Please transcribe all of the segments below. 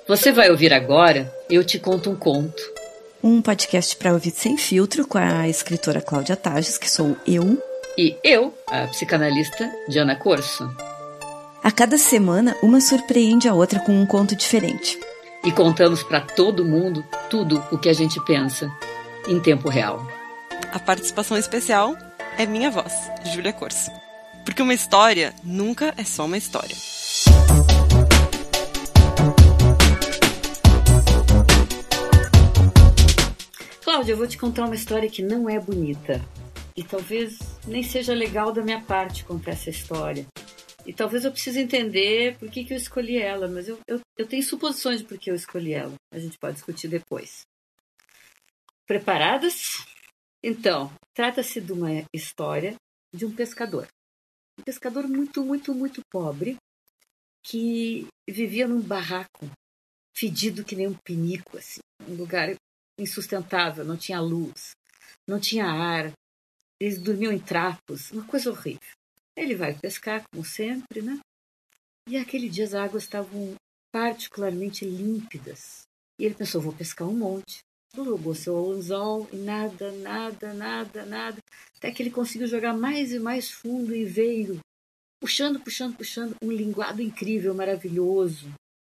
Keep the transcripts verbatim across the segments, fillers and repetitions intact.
Você vai ouvir agora Eu Te Conto um Conto. Um podcast para ouvir sem filtro com a escritora Cláudia Tages, que sou eu. E eu, a psicanalista Diana Corso. A cada semana, uma surpreende a outra com um conto diferente. E contamos para todo mundo tudo o que a gente pensa, em tempo real. A participação especial é minha voz, Júlia Corso. Porque uma história nunca é só uma história. Cláudia, eu vou te contar uma história que não é bonita. E talvez nem seja legal da minha parte contar essa história. E talvez eu precise entender por que, que eu escolhi ela. Mas eu, eu, eu tenho suposições de por que eu escolhi ela. A gente pode discutir depois. Preparadas? Então, trata-se de uma história de um pescador. Um pescador muito, muito, muito pobre. Que vivia num barraco. Fedido que nem um pinico, assim. Um lugar insustentável, não tinha luz, não tinha ar, eles dormiam em trapos, uma coisa horrível. Ele vai pescar, como sempre, né? E aquele dia as águas estavam particularmente límpidas. E ele pensou, vou pescar um monte. Jogou seu anzol e nada, nada, nada, nada. Até que ele conseguiu jogar mais e mais fundo e veio puxando, puxando, puxando um linguado incrível, maravilhoso.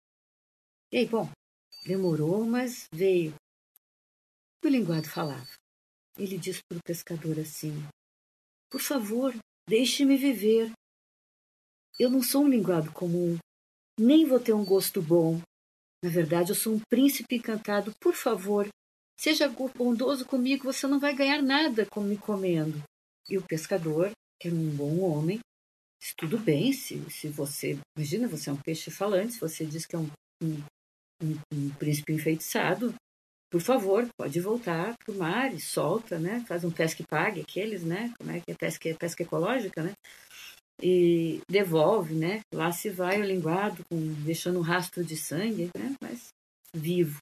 E aí, bom, demorou, mas veio. O linguado falava. Ele disse para o pescador assim, por favor, deixe-me viver. Eu não sou um linguado comum, nem vou ter um gosto bom. Na verdade, eu sou um príncipe encantado. Por favor, seja bondoso comigo, você não vai ganhar nada com me comendo. E o pescador, que era um bom homem, disse, tudo bem, se, se você... Imagina, você é um peixe falante, se você diz que é um, um, um, um príncipe enfeitiçado... Por favor, pode voltar para o mar e solta, né? Faz um pesca e pague, aqueles, né? Como é que é pesca, pesca ecológica, né? E devolve, né? Lá se vai o linguado, com, deixando um rastro de sangue, né? Mas vivo.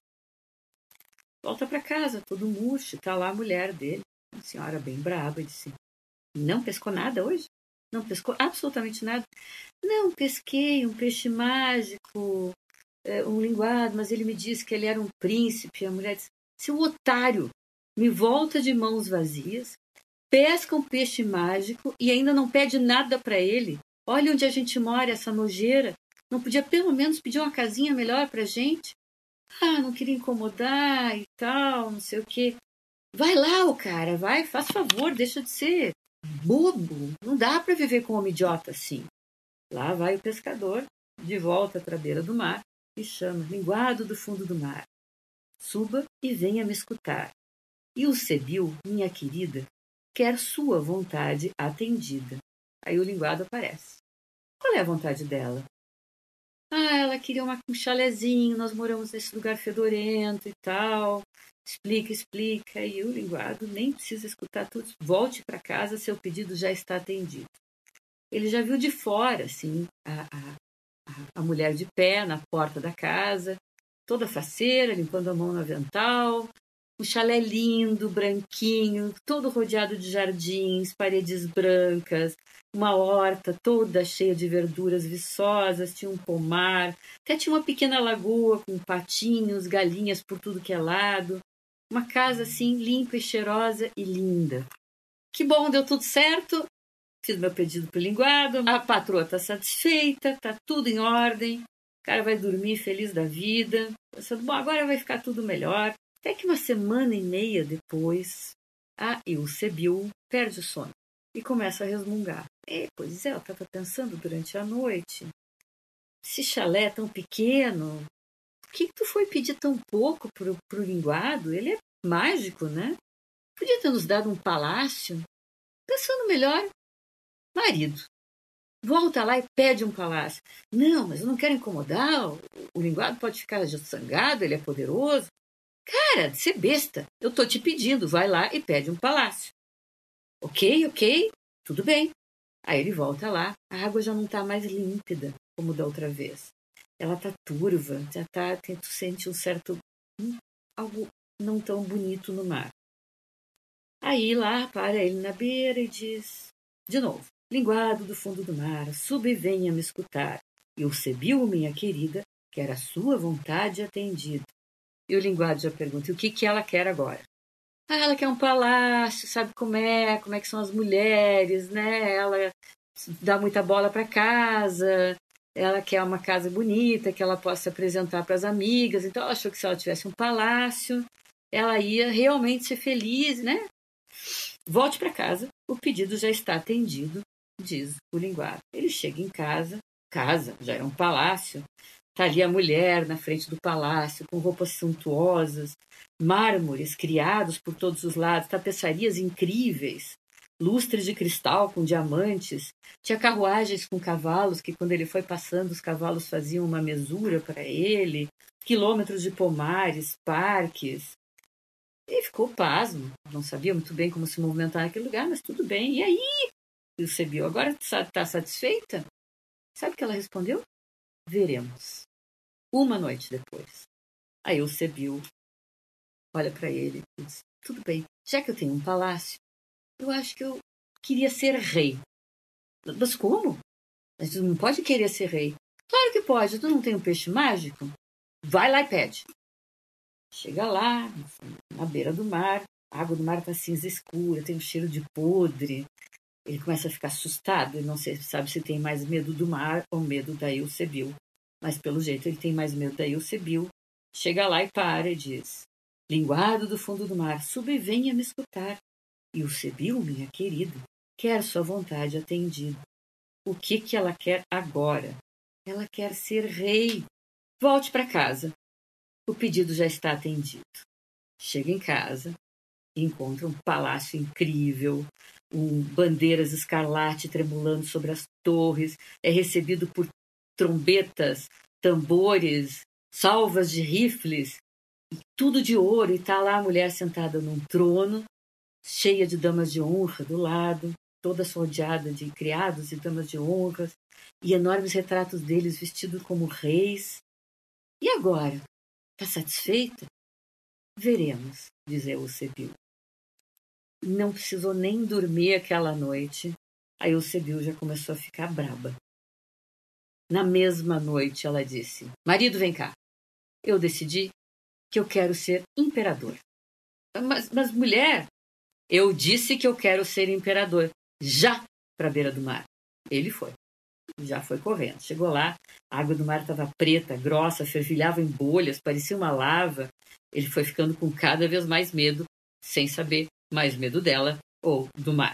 Volta para casa, todo murcho. Está lá a mulher dele, uma senhora bem braba, e disse, não pescou nada hoje? Não pescou absolutamente nada? Não, pesquei um peixe mágico... um linguado, mas ele me disse que ele era um príncipe. A mulher disse, seu otário, me volta de mãos vazias, pesca um peixe mágico e ainda não pede nada para ele. Olha onde a gente mora, essa nojeira. Não podia pelo menos pedir uma casinha melhor pra gente? Ah, não queria incomodar e tal, não sei o quê. Vai lá, o cara, vai, faz favor, deixa de ser bobo. Não dá para viver com um homem idiota assim. Lá vai o pescador, de volta para a beira do mar, e chama, linguado do fundo do mar. Suba e venha me escutar. E o Cebil, minha querida, quer sua vontade atendida. Aí o linguado aparece. Qual é a vontade dela? Ah, ela queria uma, um chalezinho, nós moramos nesse lugar fedorento e tal. Explica, explica. E o linguado nem precisa escutar tudo. Volte para casa, seu pedido já está atendido. Ele já viu de fora, assim, a, a a mulher de pé na porta da casa, toda faceira, limpando a mão no avental, um chalé lindo, branquinho, todo rodeado de jardins, paredes brancas, uma horta toda cheia de verduras viçosas, tinha um pomar, até tinha uma pequena lagoa com patinhos, galinhas por tudo que é lado, uma casa assim limpa e cheirosa e linda. Que bom, deu tudo certo. Fiz meu pedido para o linguado, a patroa está satisfeita, está tudo em ordem, o cara vai dormir feliz da vida, pensando, bom, agora vai ficar tudo melhor. Até que uma semana e meia depois, a Ilsebil perde o sono e começa a resmungar. E, pois é, eu estava pensando durante a noite, esse chalé tão pequeno, por que, que tu foi pedir tão pouco para o linguado? Ele é mágico, né? Podia ter nos dado um palácio. Pensando melhor, marido, volta lá e pede um palácio. Não, mas eu não quero incomodar. O, o linguado pode ficar zangado, ele é poderoso. Cara, você é besta. Eu tô te pedindo, vai lá e pede um palácio. Ok, ok, tudo bem. Aí ele volta lá. A água já não tá mais límpida, como da outra vez. Ela tá turva, já tá, tu sente um certo... Hum, algo não tão bonito no mar. Aí lá, para ele na beira e diz... De novo. Linguado do fundo do mar, suba e venha me escutar. Eu Cebil, minha querida, quer a sua vontade atendida. E o linguado já pergunta, e o que, que ela quer agora? Ah, ela quer um palácio, sabe como é, como é que são as mulheres, né? Ela dá muita bola para casa, ela quer uma casa bonita, que ela possa apresentar para as amigas. Então, ela achou que se ela tivesse um palácio, ela ia realmente ser feliz, né? Volte para casa, o pedido já está atendido, diz o linguado. Ele chega em casa, casa, já era um palácio, está ali a mulher na frente do palácio, com roupas suntuosas, mármores criados por todos os lados, tapeçarias incríveis, lustres de cristal com diamantes, tinha carruagens com cavalos, que quando ele foi passando, os cavalos faziam uma mesura para ele, quilômetros de pomares, parques. E ficou pasmo, não sabia muito bem como se movimentar naquele lugar, mas tudo bem. E aí? Eusebio, agora está satisfeita? Sabe o que ela respondeu? Veremos. Uma noite depois. Aí Eusebio olha para ele e diz, tudo bem, já que eu tenho um palácio, eu acho que eu queria ser rei. Mas como? Mas tu não pode querer ser rei. Claro que pode, tu não tem um peixe mágico? Vai lá e pede. Chega lá, na beira do mar, a água do mar está cinza escura, tem um cheiro de podre. Ele começa a ficar assustado, ele não sabe se tem mais medo do mar ou medo da Eusebio. Mas pelo jeito ele tem mais medo da Eusebio. Chega lá e para e diz, linguado do fundo do mar, suba e venha me escutar. Eusebio, minha querida, quer sua vontade atendida. O que que ela quer agora? Ela quer ser rei. Volte para casa. O pedido já está atendido. Chega em casa e encontra um palácio incrível, um, bandeiras escarlate tremulando sobre as torres, é recebido por trombetas, tambores, salvas de rifles, tudo de ouro, e está lá a mulher sentada num trono, cheia de damas de honra do lado, toda rodeada de criados e damas de honra, e enormes retratos deles vestidos como reis. E agora? Está satisfeita? Veremos, diz Eusebio. Não precisou nem dormir aquela noite. A Eusebio já começou a ficar braba. Na mesma noite ela disse, marido, vem cá. Eu decidi que eu quero ser imperador. Mas, mas mulher, eu disse que eu quero ser imperador. Já para a beira do mar. Ele foi. Já foi correndo. Chegou lá, a água do mar estava preta, grossa, fervilhava em bolhas, parecia uma lava. Ele foi ficando com cada vez mais medo, sem saber mais medo dela ou do mar.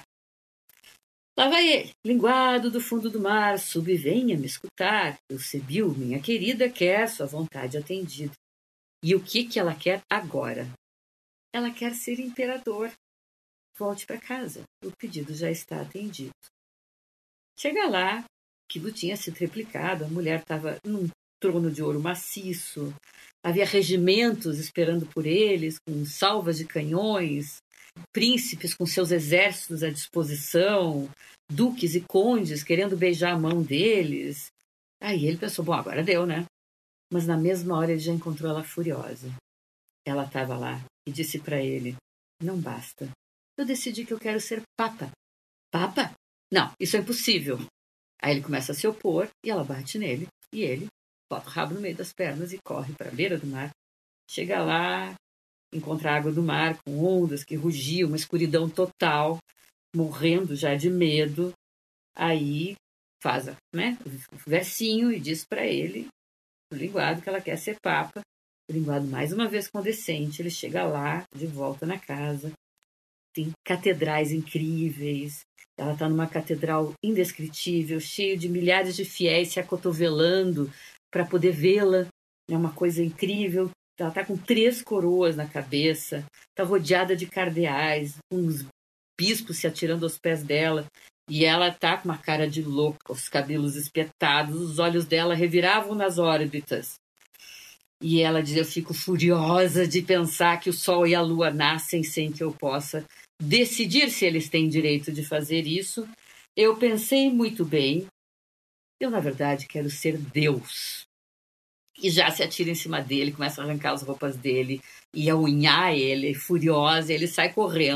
Lá vai ele, linguado do fundo do mar, sube e venha me escutar. Eusebio, minha querida, quer sua vontade atendida. E o que que ela quer agora? Ela quer ser imperador. Volte para casa, o pedido já está atendido. Chega lá, aquilo tinha se triplicado, a mulher estava num trono de ouro maciço, havia regimentos esperando por eles, com salvas de canhões, príncipes com seus exércitos à disposição, duques e condes querendo beijar a mão deles. Aí ele pensou, bom, agora deu, né? Mas na mesma hora ele já encontrou ela furiosa. Ela estava lá e disse para ele, não basta, eu decidi que eu quero ser papa. Papa? Não, isso é impossível. Aí ele começa a se opor e ela bate nele. E ele bota o rabo no meio das pernas e corre para a beira do mar. Chega lá, encontra a água do mar com ondas que rugiam, uma escuridão total, morrendo já de medo. Aí faz, né, o versinho e diz para ele, o linguado, que ela quer ser papa. O linguado, mais uma vez condescendente, ele chega lá, de volta na casa. Tem catedrais incríveis. Ela está numa catedral indescritível, cheio de milhares de fiéis se acotovelando para poder vê-la. É uma coisa incrível. Ela está com três coroas na cabeça, está rodeada de cardeais, com os bispos se atirando aos pés dela. E ela está com uma cara de louca, os cabelos espetados, os olhos dela reviravam nas órbitas. E ela diz, eu fico furiosa de pensar que o Sol e a Lua nascem sem que eu possa decidir se eles têm direito de fazer isso. Eu pensei muito bem. Eu, na verdade, quero ser Deus. E já se atira em cima dele, começa a arrancar as roupas dele e a unhar ele, furiosa. Ele sai correndo.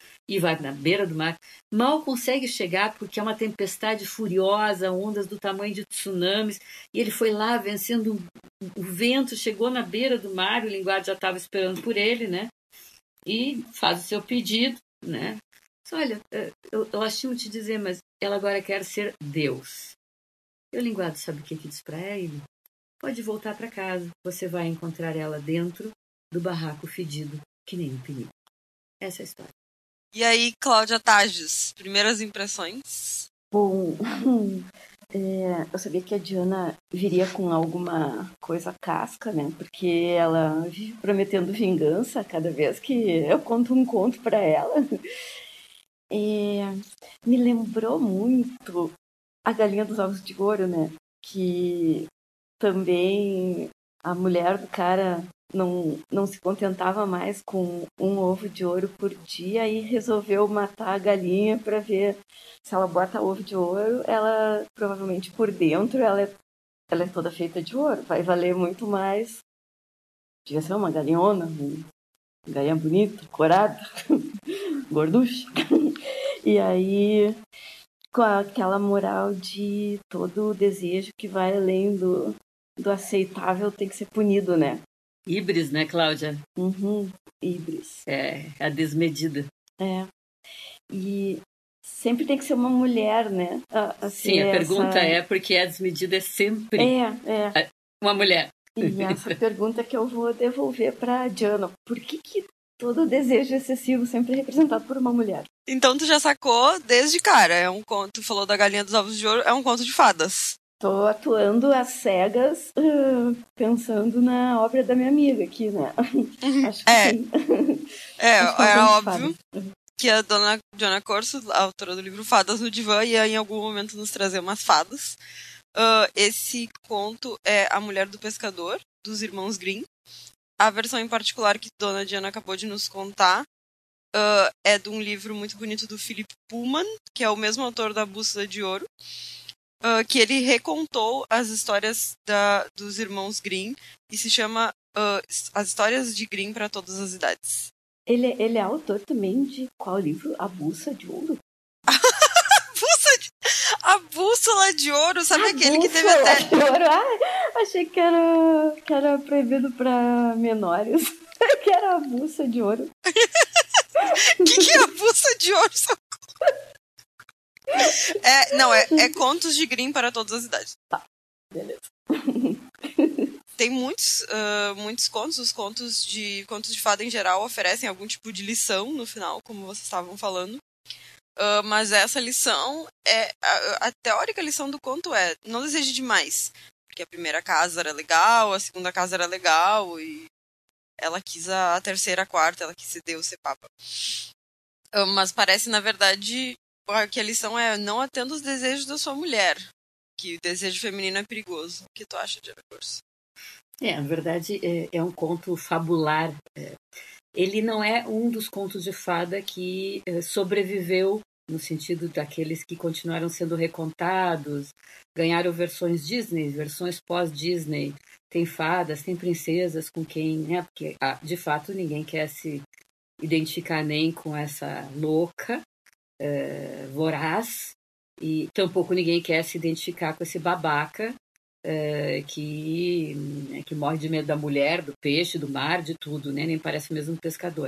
e vai na beira do mar. Mal consegue chegar porque é uma tempestade furiosa, ondas do tamanho de tsunamis, e ele foi lá vencendo o vento, chegou na beira do mar, o linguado já estava esperando por ele, né? E faz o seu pedido, né? Mas, olha, eu, eu lastimo te dizer, mas ela agora quer ser Deus. E o linguado sabe o que que diz para ele? Pode voltar para casa, você vai encontrar ela dentro do barraco fedido, que nem um penico. Essa é a história. E aí, Cláudia Tages, primeiras impressões? Bom, é, eu sabia que a Diana viria com alguma coisa casca, né? Porque ela vive prometendo vingança cada vez que eu conto um conto para ela. É, me lembrou muito a Galinha dos Ovos de Ouro, né? Que também a mulher do cara não, não se contentava mais com um ovo de ouro por dia e resolveu matar a galinha para ver se ela bota ovo de ouro, ela provavelmente por dentro ela é, ela é toda feita de ouro, vai valer muito mais. Devia ser uma galinhona, uma galinha bonita, corada, gorducha. E aí, com aquela moral de todo o desejo que vai além do, do aceitável tem que ser punido, né? Híbris, né, Cláudia? Uhum, híbris. É, a desmedida. É. E sempre tem que ser uma mulher, né? A, a Sim, a essa... pergunta é porque a desmedida é sempre é, é. uma mulher. E essa pergunta que eu vou devolver para a Diana. Por que, que todo desejo excessivo sempre é representado por uma mulher? Então tu já sacou desde cara. É um conto, tu falou da Galinha dos Ovos de Ouro, é um conto de fadas. Tô atuando às cegas, uh, pensando na obra da minha amiga aqui, né? Acho que é, sim. É, Acho que é um era conto de óbvio fadas. que a dona Diana Corso, a autora do livro Fadas no Divã, ia em algum momento nos trazer umas fadas. Uh, esse conto é A Mulher do Pescador, dos Irmãos Grimm. A versão em particular que dona Diana acabou de nos contar uh, é de um livro muito bonito do Philip Pullman, que é o mesmo autor da Bússola de Ouro, uh, que ele recontou as histórias da, dos Irmãos Grimm e se chama uh, As Histórias de Grimm para Todas as Idades. Ele, ele é autor também de qual livro? A Bússola de Ouro? A Bússola de Ouro, sabe a aquele que teve Bússola até... de Ouro. Ah, achei que era, que era proibido para menores. Que era a Bússola de Ouro. O que, que é a Bússola de Ouro? É, não, é, é Contos de Grimm para Todas as Idades. Tá, beleza. Tem muitos, uh, muitos contos. Os contos de, contos de fada em geral oferecem algum tipo de lição no final, como vocês estavam falando. Uh, mas essa lição é a, a teórica lição do conto é não deseje demais, porque a primeira casa era legal, a segunda casa era legal e ela quis a, a terceira, a quarta, ela quis ser Deus, ser papa. Uh, mas parece na verdade que a lição é não atenda os desejos da sua mulher, que o desejo feminino é perigoso. O que tu acha, Diana Corso? É, na verdade é, é um conto fabular. É. Ele não é um dos contos de fada que eh, sobreviveu no sentido daqueles que continuaram sendo recontados, ganharam versões Disney, versões pós-Disney. Tem fadas, tem princesas com quem, né? Porque ah, de fato ninguém quer se identificar nem com essa louca, eh, voraz, e tampouco ninguém quer se identificar com esse babaca. Uh, que, que morre de medo da mulher, do peixe, do mar, de tudo, né? Nem parece mesmo um pescador.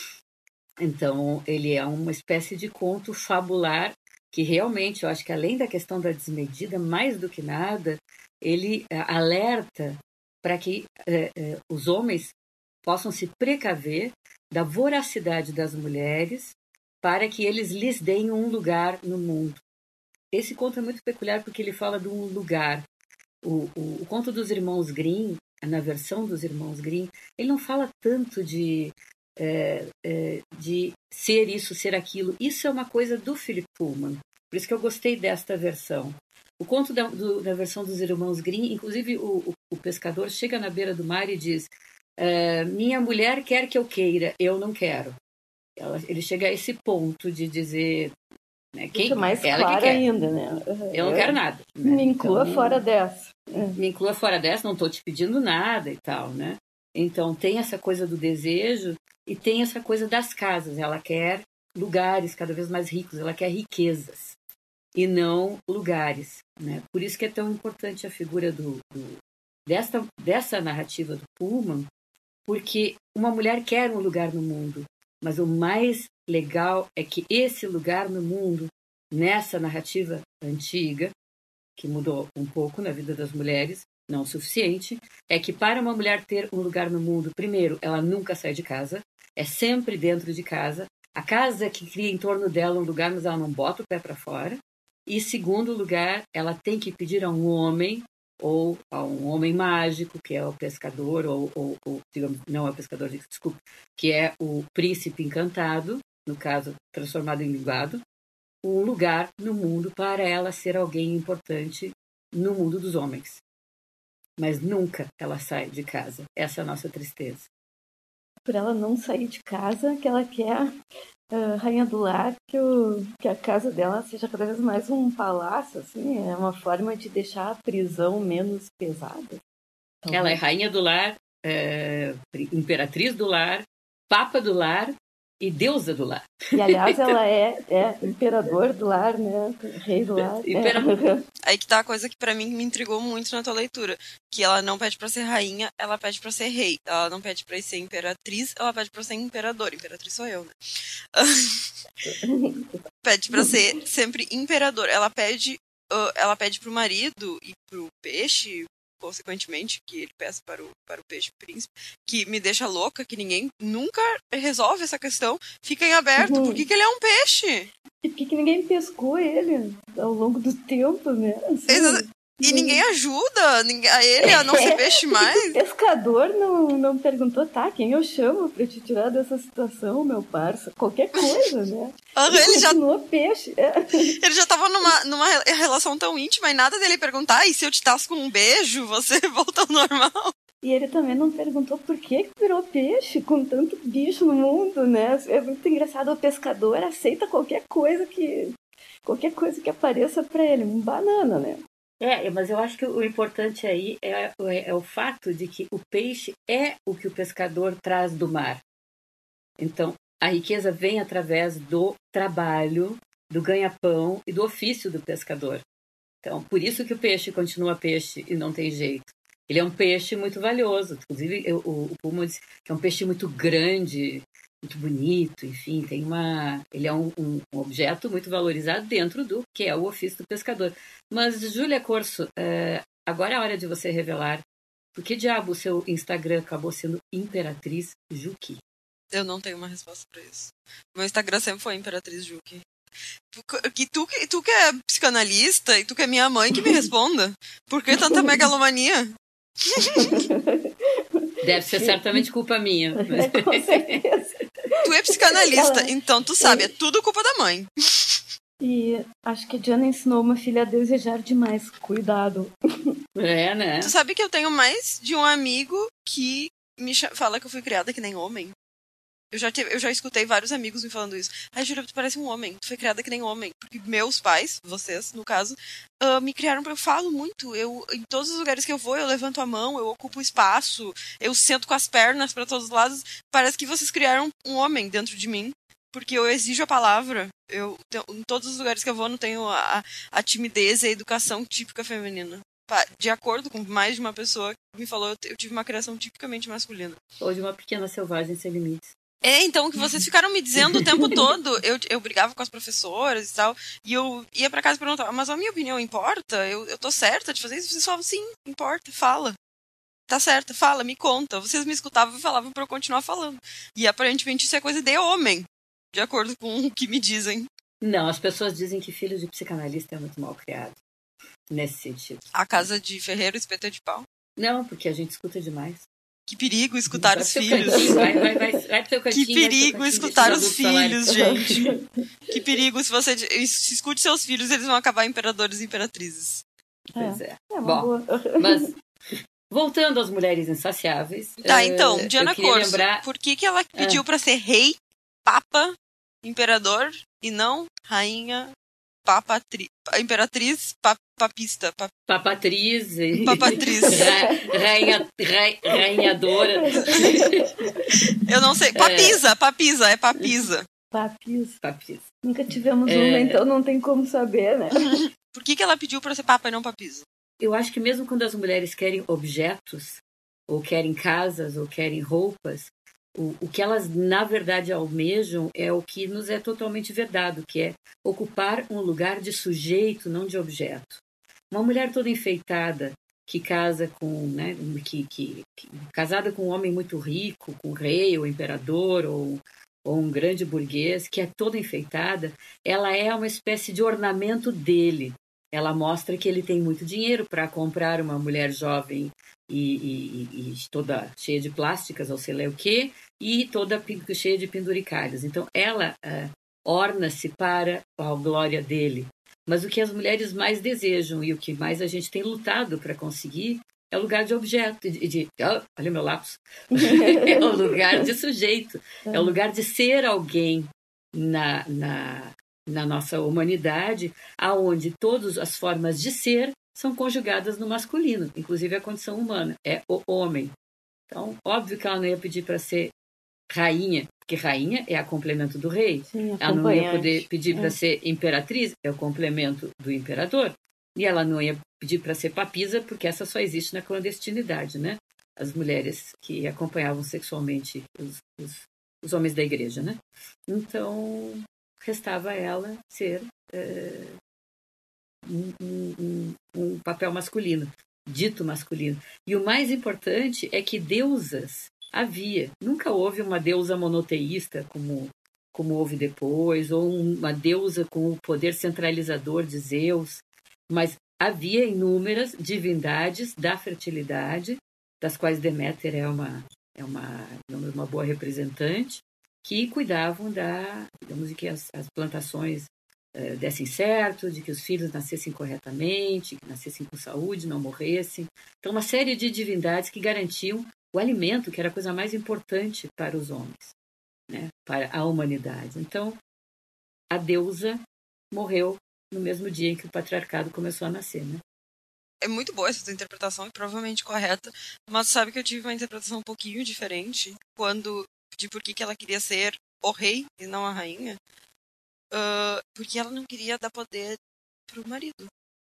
Então, ele é uma espécie de conto fabular que realmente, eu acho que além da questão da desmedida, mais do que nada, ele uh, alerta para que uh, uh, os homens possam se precaver da voracidade das mulheres para que eles lhes deem um lugar no mundo. Esse conto é muito peculiar porque ele fala de um lugar. O, o, o conto dos Irmãos Grimm, na versão dos Irmãos Grimm, ele não fala tanto de, é, é, de ser isso, ser aquilo. Isso é uma coisa do Philip Pullman. Por isso que eu gostei desta versão. O conto da, do, da versão dos Irmãos Grimm, inclusive o, o, o pescador chega na beira do mar e diz é, minha mulher quer que eu queira, eu não quero. Ela, ele chega a esse ponto de dizer... Né, quem, Isso é mais ela claro que quer. ainda, né? Eu não quero nada. Né? Me inclua então, fora dessa. Me inclua fora dessa, não estou te pedindo nada e tal, né? Então tem essa coisa do desejo e tem essa coisa das casas. Ela quer lugares cada vez mais ricos, ela quer riquezas e não lugares, né? Por isso que é tão importante a figura do, do, dessa, dessa narrativa do Pullman, porque uma mulher quer um lugar no mundo, mas o mais legal é que esse lugar no mundo, nessa narrativa antiga, que mudou um pouco na vida das mulheres, não o suficiente, é que para uma mulher ter um lugar no mundo, primeiro, ela nunca sai de casa, é sempre dentro de casa, a casa que cria em torno dela um lugar, mas ela não bota o pé para fora, e segundo lugar, ela tem que pedir a um homem, ou a um homem mágico, que é o pescador, ou, ou, ou digamos, não é o pescador, desculpa, que é o príncipe encantado, no caso, transformado em linguado, um lugar no mundo para ela ser alguém importante no mundo dos homens. Mas nunca ela sai de casa. Essa é a nossa tristeza. Por ela não sair de casa, que ela quer uh, rainha do lar, que, o, que a casa dela seja cada vez mais um palácio, assim, é uma forma de deixar a prisão menos pesada. Talvez. Ela é rainha do lar, é, imperatriz do lar, papa do lar e deusa do lar. E, aliás, ela é, é imperador do lar, né? Rei do lar. Imperador. É. Aí que tá a coisa que pra mim me intrigou muito na tua leitura. Que ela não pede pra ser rainha, ela pede pra ser rei. Ela não pede pra ser imperatriz, ela pede pra ser imperador. Imperatriz sou eu, né? Pede pra ser sempre imperador. Ela pede, uh, ela pede pro marido e pro peixe, consequentemente, que ele peça para o, para o peixe príncipe, que me deixa louca, que ninguém nunca resolve essa questão, fica em aberto. Uhum. Por que, que ele é um peixe? E por que, que ninguém pescou ele ao longo do tempo, né? Assim, Exa- e uhum. ninguém ajuda ninguém, a ele a não ser peixe mais. O pescador não, não perguntou, tá, quem eu chamo pra te tirar dessa situação, meu parça? Qualquer coisa, né? Uhum, ele, ele já peixe. Ele já tava numa, numa relação tão íntima e nada dele perguntar, e se eu te taço com um beijo, você volta ao normal? E ele também não perguntou por que virou peixe com tanto bicho no mundo, né? É muito engraçado, o pescador aceita qualquer coisa que qualquer coisa que apareça pra ele, um banana, né? É, mas eu acho que o importante aí é, é, é o fato de que o peixe é o que o pescador traz do mar. Então, a riqueza vem através do trabalho, do ganha-pão e do ofício do pescador. Então, por isso que o peixe continua peixe e não tem jeito. Ele é um peixe muito valioso. Inclusive, eu, o, o Pullman diz que é um peixe muito grande, muito bonito, enfim, tem uma... ele é um, um, um objeto muito valorizado dentro do que é o ofício do pescador. Mas, Júlia Corso, é, agora é a hora de você revelar por que diabo o seu Instagram acabou sendo Imperatriz Juki? Eu não tenho uma resposta para isso. Meu Instagram sempre foi Imperatriz Juki. Que tu, tu que é psicanalista e tu que é minha mãe, que me responda. Por que tanta megalomania? Deve ser certamente culpa minha. É, com certeza. Tu é psicanalista, ela... então tu sabe, é tudo culpa da mãe. E acho que a Diana ensinou uma filha a desejar demais. Cuidado. É, né? Tu sabe que eu tenho mais de um amigo que me fala que eu fui criada que nem homem? Eu já, tive, eu já escutei vários amigos me falando isso. Ai, Júlia, tu parece um homem. Tu foi criada que nem homem. Porque meus pais, vocês, no caso, uh, me criaram pra... Eu falo muito. Eu, em todos os lugares que eu vou, eu levanto a mão, eu ocupo espaço, eu sento com as pernas pra todos os lados. Parece que vocês criaram um homem dentro de mim. Porque eu exijo a palavra. Eu, em todos os lugares que eu vou, não tenho a, a timidez e a educação típica feminina. De acordo com mais de uma pessoa que me falou, eu tive uma criação tipicamente masculina. Ou de uma pequena selvagem sem limites. É, então, que vocês ficaram me dizendo o tempo todo. Eu, eu brigava com as professoras e tal. E eu ia pra casa e perguntava, mas a minha opinião importa? Eu, eu tô certa de fazer isso? Vocês falavam, sim, importa, fala. Tá certa, fala, me conta. Vocês me escutavam e falavam pra eu continuar falando. E aparentemente isso é coisa de homem, de acordo com o que me dizem. Não, as pessoas dizem que filho de psicanalista é muito mal criado. Nesse sentido. A casa de ferreiro, espeta de pau? Não, porque a gente escuta demais. Que perigo escutar vai os filhos. Vai, vai, vai, vai pro teu cantinho, que perigo cantinho, escutar os filhos, gente. Que perigo se você se escute seus filhos, eles vão acabar imperadores e imperatrizes. Pois é. é Bom, mas voltando às mulheres insaciáveis. Tá, então, uh, Diana Corso, lembrar... por que, que ela pediu uh. pra ser rei, papa, imperador e não rainha, papatri... imperatriz, pap... papista? Pap... Papatriz. E... Papatriz. Ra... Rainha... Ra... Rainhadora. Eu não sei. Papisa, é. papisa, é papisa. Papis. Papis. Nunca tivemos É... uma, então não tem como saber, né? Por que, que ela pediu para ser papa e não papisa? Eu acho que mesmo quando as mulheres querem objetos, ou querem casas, ou querem roupas, o, o que elas, na verdade, almejam é o que nos é totalmente vedado, que é ocupar um lugar de sujeito, não de objeto. Uma mulher toda enfeitada, que casa com, né, que, que, que, casada com um homem muito rico, com o rei, ou imperador, ou, ou um grande burguês, que é toda enfeitada, ela é uma espécie de ornamento dele. Ela mostra que ele tem muito dinheiro para comprar uma mulher jovem e, e, e toda cheia de plásticas, ou sei lá o quê, e toda cheia de penduricalhos. Então, ela uh, orna-se para a glória dele. Mas o que as mulheres mais desejam e o que mais a gente tem lutado para conseguir é o lugar de objeto, de, de oh, olha meu lápis, é o lugar de sujeito, é o lugar de ser alguém na, na, na nossa humanidade, aonde todas as formas de ser são conjugadas no masculino, inclusive a condição humana, é o homem. Então, óbvio que ela não ia pedir para ser rainha, porque rainha é a complemento do rei. Sim, ela não ia poder pedir é. para ser imperatriz, é o complemento do imperador. E ela não ia pedir para ser papisa, porque essa só existe na clandestinidade, né? As mulheres que acompanhavam sexualmente os, os, os homens da igreja, né? Então, restava a ela ser é, um, um, um papel masculino, dito masculino. E o mais importante é que deusas havia. Nunca houve uma deusa monoteísta como, como houve depois, ou uma deusa com o poder centralizador de Zeus, mas havia inúmeras divindades da fertilidade, das quais Deméter é uma, é uma, uma boa representante, que cuidavam da, digamos, de que as, as plantações uh, dessem certo, de que os filhos nascessem corretamente, que nascessem com saúde, não morressem. Então, uma série de divindades que garantiam o alimento, que era a coisa mais importante para os homens, né? Para a humanidade. Então, a deusa morreu no mesmo dia em que o patriarcado começou a nascer, né? É muito boa essa tua interpretação, e provavelmente correta, mas sabe que eu tive uma interpretação um pouquinho diferente quando de por que, que ela queria ser o rei e não a rainha, uh, porque ela não queria dar poder pro marido.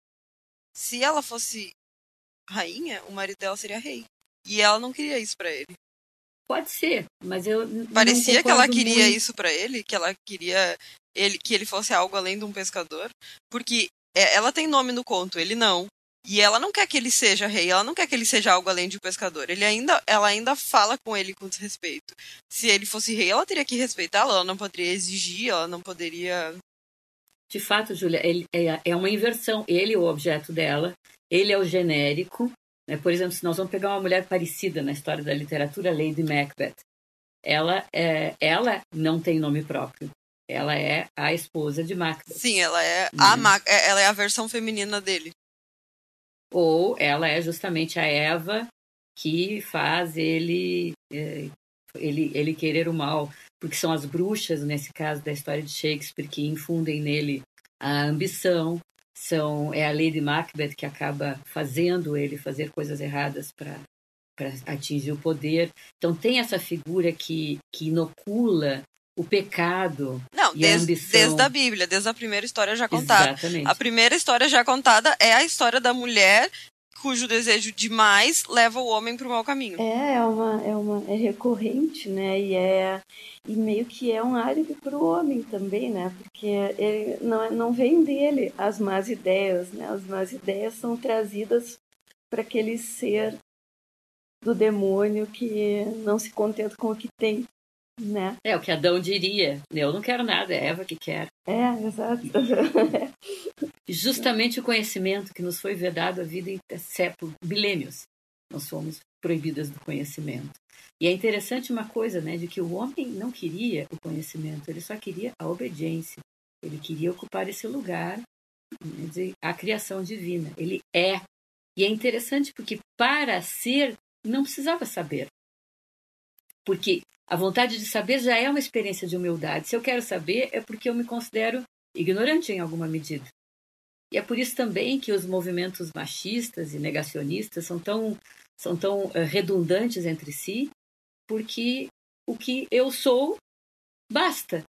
Se ela fosse rainha, o marido dela seria rei. E ela não queria isso pra ele. Pode ser, mas eu parecia não que ela queria muito. isso pra ele, que ela queria ele, que ele fosse algo além de um pescador, porque ela tem nome no conto, ele não. E ela não quer que ele seja rei, ela não quer que ele seja algo além de um pescador. Ele ainda, ela ainda fala com ele com desrespeito. Se ele fosse rei, ela teria que respeitá-lo, ela não poderia exigir, ela não poderia... De fato, Júlia, ele é, é uma inversão. Ele é o objeto dela, ele é o genérico. Né? Por exemplo, se nós vamos pegar uma mulher parecida na história da literatura, Lady Macbeth, ela, é, ela não tem nome próprio. Ela é a esposa de Macbeth. Sim, ela é, né? a, Ma- ela é a versão feminina dele. Ou ela é justamente a Eva que faz ele, é, ele, ele querer o mal, porque são as bruxas, nesse caso da história de Shakespeare, que infundem nele a ambição. São, é a Lady Macbeth que acaba fazendo ele fazer coisas erradas para atingir o poder. Então tem essa figura que, que inocula o pecado Não, e desde, a ambição. Desde a Bíblia, desde a primeira história já contada. Exatamente. A primeira história já contada é a história da mulher cujo desejo demais leva o homem para o mau caminho. É, é uma, é uma é recorrente, né? E é e meio que é um álibi para o homem também, né? Porque ele não não vem dele as más ideias, né? As más ideias são trazidas para aquele ser do demônio que não se contenta com o que tem, né? É o que Adão diria. Eu não quero nada, é Eva que quer. É, exato. Justamente o conhecimento que nos foi vedado a vida em séculos, milênios. Nós fomos proibidas do conhecimento. E é interessante uma coisa, né, de que o homem não queria o conhecimento, ele só queria a obediência. Ele queria ocupar esse lugar, né, de a criação divina. Ele é. E é interessante porque para ser não precisava saber. Porque a vontade de saber já é uma experiência de humildade. Se eu quero saber, é porque eu me considero ignorante em alguma medida. E é por isso também que os movimentos machistas e negacionistas são tão, são tão uh, redundantes entre si, porque o que eu sou basta.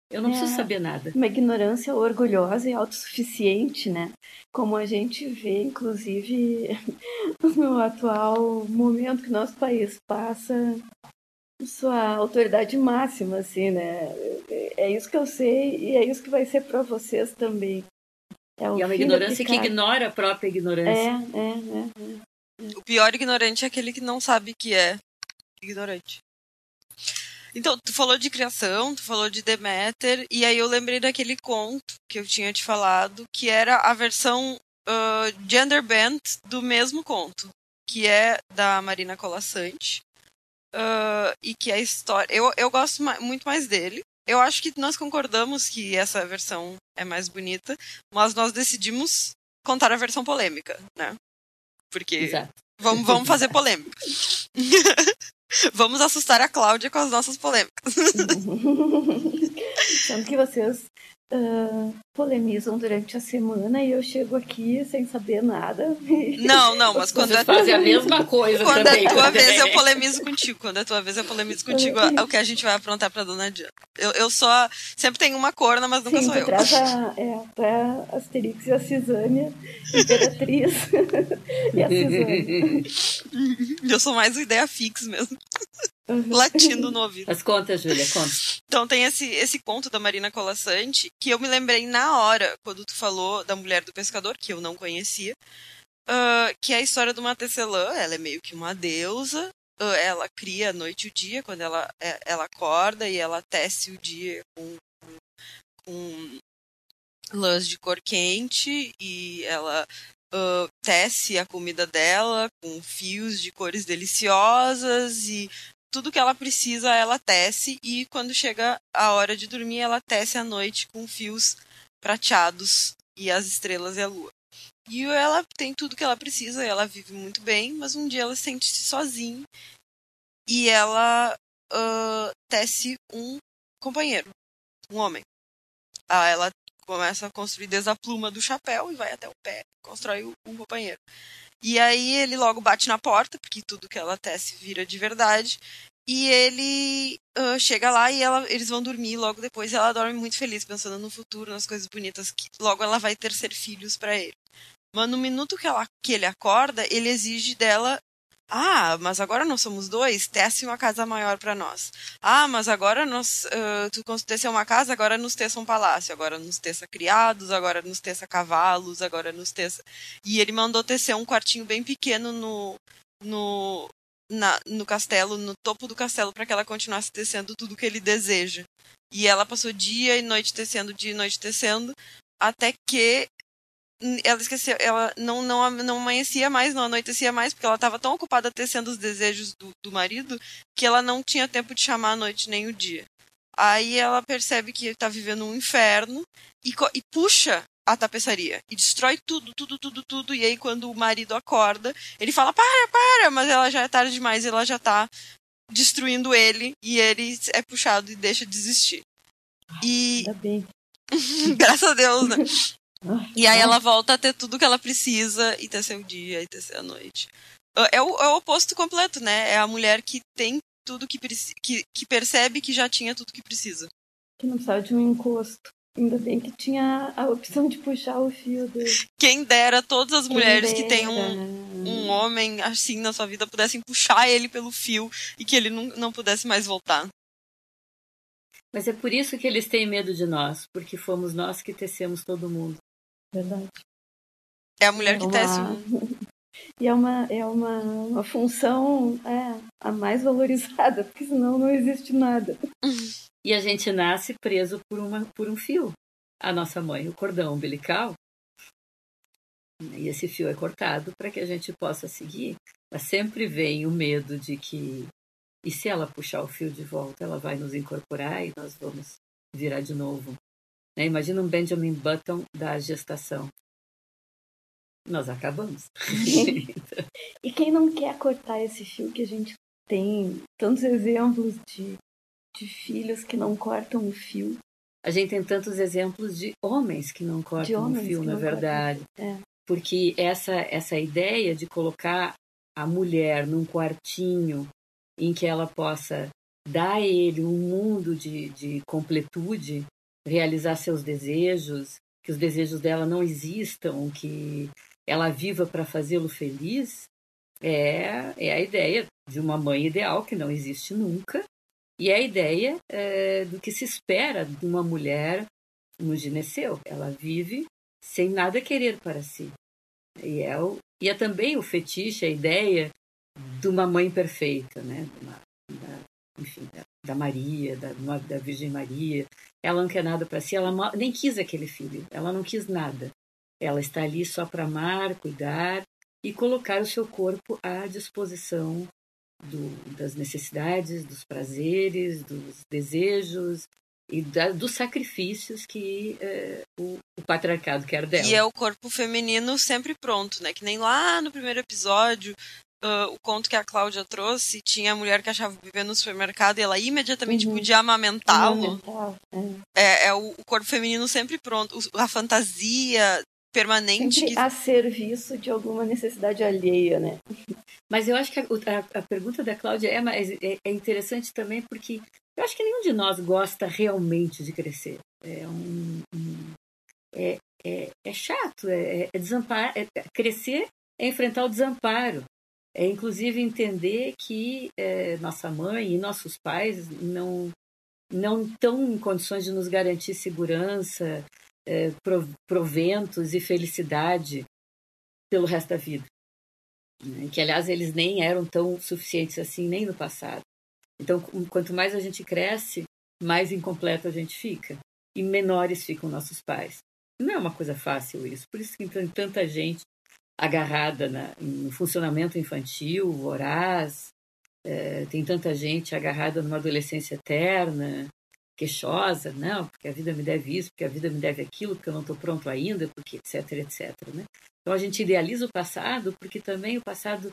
Eu não é, preciso saber nada. Uma ignorância orgulhosa e autossuficiente, né? Como a gente vê, inclusive, no atual momento que nosso país passa, sua autoridade máxima, assim, né? É isso que eu sei e é isso que vai ser para vocês também. É e é uma ignorância que ignora a própria ignorância. É, é, é, é. O pior ignorante é aquele que não sabe que é ignorante. Então, tu falou de criação, tu falou de Deméter, e aí eu lembrei daquele conto que eu tinha te falado, que era a versão uh, gender bent do mesmo conto, que é da Marina Colasanti, uh, e que é a história... Eu, eu gosto ma- muito mais dele. Eu acho que nós concordamos que essa versão é mais bonita, mas nós decidimos contar a versão polêmica, né? Porque Exato. Vamos, vamos fazer polêmica. Vamos assustar a Cláudia com as nossas polêmicas. Sendo que vocês uh, polemizam durante a semana e eu chego aqui sem saber nada. Não, não, mas quando vocês é... fazem a mesma coisa quando também. é tua vez, eu polemizo contigo. Quando é tua vez, eu polemizo contigo. É o que a gente vai aprontar pra Dona Diana. Eu, eu só... Sempre tenho uma corna, mas nunca Sim, sou tu eu. Traz a, é, tu é a Asterix e a Cisânia, Imperatriz e a Cisânia. Eu sou mais o ideia fix mesmo. Latindo no ouvido. Mas conta, Júlia, conta. Então tem esse, esse conto da Marina Colasanti que eu me lembrei na hora, quando tu falou da mulher do pescador, que eu não conhecia, uh, que é a história de uma tecelã. Ela é meio que uma deusa, uh, ela cria a noite e o dia, quando ela, ela acorda e ela tece o dia com, com lãs de cor quente e ela uh, tece a comida dela com fios de cores deliciosas e tudo que ela precisa ela tece, e quando chega a hora de dormir ela tece à noite com fios prateados e as estrelas e a lua. E ela tem tudo que ela precisa, ela vive muito bem, mas um dia ela sente-se sozinha e ela uh, tece um companheiro, um homem. Ah, ela começa a construir desde a pluma do chapéu e vai até o pé, constrói um companheiro. E aí ele logo bate na porta, porque tudo que ela tece vira de verdade. E ele uh, chega lá e ela, eles vão dormir logo depois. E ela dorme muito feliz, pensando no futuro, nas coisas bonitas, que logo ela vai ter ser filhos para ele. Mas no minuto que, ela, que ele acorda, ele exige dela: ah, mas agora nós somos dois, tece uma casa maior para nós. Ah, mas agora nós, uh, tu teceu uma casa, agora nos teça um palácio. Agora nos teça criados, agora nos teça cavalos, agora nos teça... E ele mandou tecer um quartinho bem pequeno no, no, na, no castelo, no topo do castelo, para que ela continuasse tecendo tudo que ele deseja. E ela passou dia e noite tecendo, dia e noite tecendo, até que ela esqueceu, ela não, não, não amanhecia mais, não anoitecia mais, porque ela estava tão ocupada tecendo os desejos do, do marido que ela não tinha tempo de chamar a noite nem o dia. Aí ela percebe que está vivendo um inferno e, e puxa a tapeçaria e destrói tudo, tudo, tudo, tudo. E aí quando o marido acorda, ele fala: para, para, mas ela já é tarde demais, ela já está destruindo ele e ele é puxado e deixa de existir. E ainda bem. Graças a Deus, né? E aí ela volta a ter tudo que ela precisa e ter seu dia e ter sua noite. É o, é o oposto completo, né? É a mulher que tem tudo que, que, que percebe que já tinha tudo que precisa. Que não precisava de um encosto. Ainda bem que tinha a opção de puxar o fio dele. Quem dera todas as mulheres que têm um, um homem assim na sua vida pudessem puxar ele pelo fio e que ele não, não pudesse mais voltar. Mas é por isso que eles têm medo de nós, porque fomos nós que tecemos todo mundo. Verdade. É a mulher é que uma... tece um... E é uma, é uma, uma função é, a mais valorizada, porque senão não existe nada. E a gente nasce preso por, uma, por um fio. A nossa mãe, o cordão umbilical, e esse fio é cortado para que a gente possa seguir. Mas sempre vem o medo de que, e se ela puxar o fio de volta, ela vai nos incorporar e nós vamos virar de novo. Né? Imagina um Benjamin Button da gestação. Nós acabamos. E quem não quer cortar esse fio, que a gente tem tantos exemplos de, de filhos que não cortam o fio. A gente tem tantos exemplos de homens que não cortam o fio, na verdade. É. Porque essa, essa ideia de colocar a mulher num quartinho em que ela possa dar a ele um mundo de, de completude, realizar seus desejos, que os desejos dela não existam, que ela viva para fazê-lo feliz, é, é a ideia de uma mãe ideal que não existe nunca, e é a ideia é, do que se espera de uma mulher no gineceu. Ela vive sem nada querer para si. E é, o, e é também o fetiche, a ideia de uma mãe perfeita, né? De uma, da, enfim, da, da Maria, da, da Virgem Maria. Ela não quer nada para si, ela nem quis aquele filho, ela não quis nada. Ela está ali só para amar, cuidar e colocar o seu corpo à disposição do, das necessidades, dos prazeres, dos desejos e da, dos sacrifícios que é, o, o patriarcado quer dela. E é o corpo feminino sempre pronto, né? Que nem lá no primeiro episódio, uh, o conto que a Cláudia trouxe, tinha a mulher que achava viver no supermercado e ela imediatamente uhum. podia amamentá-lo. É, é, é o, o corpo feminino sempre pronto, a fantasia permanente. Sempre que... a serviço de alguma necessidade alheia, né? Mas eu acho que a, a, a pergunta da Cláudia é, é, é interessante também porque eu acho que nenhum de nós gosta realmente de crescer. É, um, um, é, é, é chato, é, é desampar, é, crescer é enfrentar o desamparo. É inclusive entender que é, nossa mãe e nossos pais não, não estão em condições de nos garantir segurança, é, proventos e felicidade pelo resto da vida. Que, aliás, eles nem eram tão suficientes assim nem no passado. Então, quanto mais a gente cresce, mais incompleto a gente fica. E menores ficam nossos pais. Não é uma coisa fácil isso. Por isso que tem tanta gente agarrada na, em funcionamento infantil, voraz. É, tem tanta gente agarrada numa adolescência eterna, queixosa. Não, porque a vida me deve isso, porque a vida me deve aquilo, porque eu não estou pronto ainda, porque etc, etc. Né? Então, a gente idealiza o passado, porque também o passado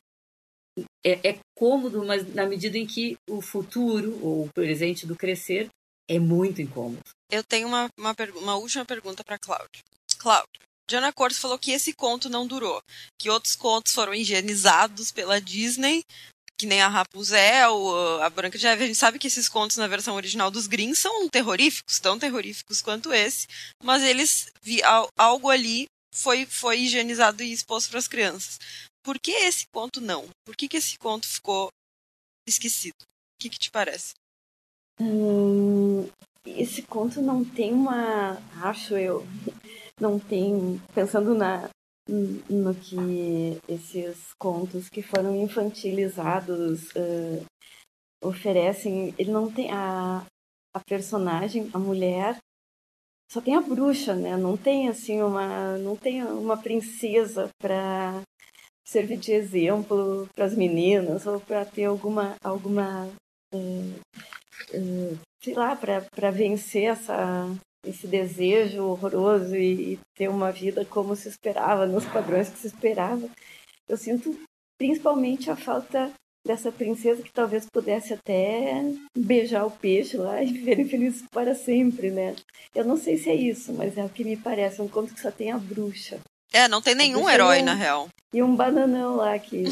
é, é cômodo, mas na medida em que o futuro, ou o presente do crescer, é muito incômodo. Eu tenho uma, uma, uma última pergunta para Cláudia. Cláudia, Diana Cortes falou que esse conto não durou, que outros contos foram higienizados pela Disney, que nem a Rapunzel, a Branca de Neve. A gente sabe que esses contos na versão original dos Grimm são terroríficos, tão terroríficos quanto esse, mas eles, algo ali foi, foi higienizado e exposto para as crianças. Por que esse conto não? Por que, que esse conto ficou esquecido? O que, que te parece? Hum, esse conto não tem uma... Acho eu... Não tem... Pensando na, no que esses contos que foram infantilizados uh, oferecem, ele não tem... A, a personagem, a mulher... Só tem a bruxa, né? Não tem, assim, uma... Não tem uma princesa para... servir de exemplo para as meninas ou para ter alguma, alguma uh, uh, sei lá, para vencer essa, esse desejo horroroso e, e ter uma vida como se esperava, nos padrões que se esperava. Eu sinto principalmente a falta dessa princesa que talvez pudesse até beijar o peixe lá e viverem felizes para sempre, né? Eu não sei se é isso, mas é o que me parece, um conto que só tem a bruxa. É, não tem nenhum herói, um, na real. E um bananão lá que...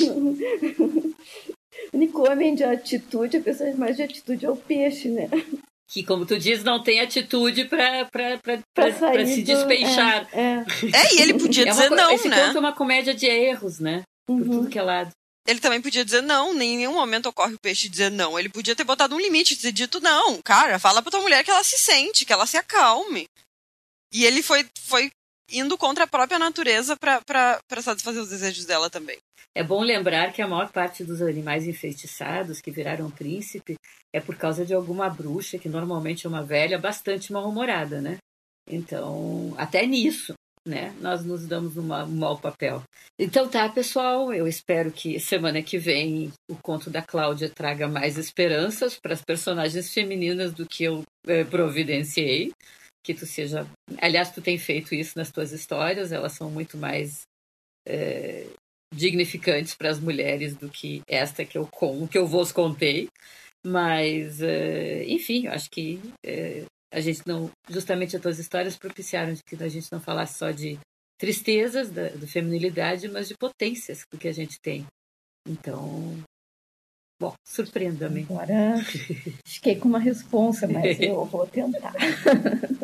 O único homem de atitude, a pessoa mais de atitude é o peixe, né? Que, como tu diz, não tem atitude pra, pra, pra, pra, pra se despeixar. É, é. é, e ele podia dizer é uma, não, esse né? Esse conto é uma comédia de erros, né? Por uhum. tudo que é lado. Ele também podia dizer não, em nenhum momento ocorre o peixe dizer não. Ele podia ter botado um limite, ter dito não. Cara, fala pra tua mulher que ela se sente, que ela se acalme. E ele foi... foi indo contra a própria natureza para satisfazer os desejos dela também. É bom lembrar que a maior parte dos animais enfeitiçados que viraram príncipe é por causa de alguma bruxa, que normalmente é uma velha bastante mal-humorada, né? Então, até nisso, né, nós nos damos um mau papel. Então tá, pessoal, eu espero que semana que vem o conto da Cláudia traga mais esperanças para as personagens femininas do que eu eh, providenciei. Que tu seja... Aliás, tu tem feito isso nas tuas histórias, elas são muito mais é, dignificantes para as mulheres do que esta que eu, que eu vos contei. Mas, é, enfim, eu acho que é, a gente não... Justamente as tuas histórias propiciaram que a gente não falasse só de tristezas, da, da feminilidade, mas de potências que a gente tem. Então... Bom, surpreenda-me. Agora fiquei com uma responsa, mas eu vou tentar.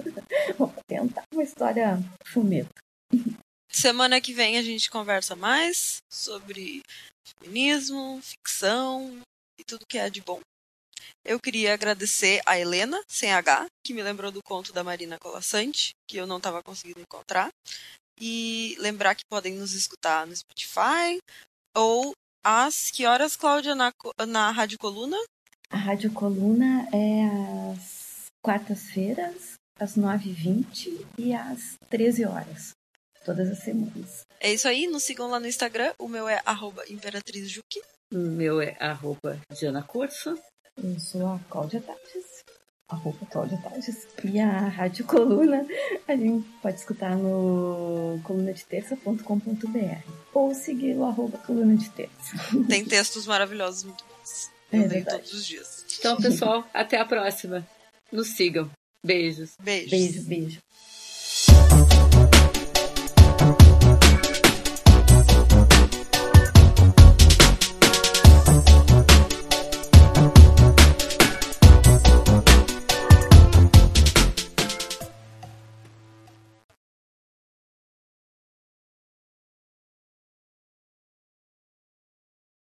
tentar uma história fumeta. Semana que vem a gente conversa mais sobre feminismo, ficção e tudo que é de bom. Eu queria agradecer a Helena, sem H, que me lembrou do conto da Marina Colasanti, que eu não estava conseguindo encontrar. E lembrar que podem nos escutar no Spotify. Ou às que horas, Cláudia, na, na Rádio Coluna? A Rádio Coluna é às quartas-feiras, às nove e vinte e às treze horas. Todas as semanas. É isso aí, nos sigam lá no Instagram. O meu é arroba imperatrizjuki. O meu é arroba Diana Corso. Eu sou a Cláudia Tages. Arroba Cláudia Tages. E a Rádio Coluna a gente pode escutar no coluna de terça ponto com ponto b r ou seguir o arroba coluna de terça. Tem textos maravilhosos, muito bons. É Eu leio verdade. todos os dias. Então, pessoal, até a próxima. Nos sigam. Beijos. Beijos. Beijo, beijo.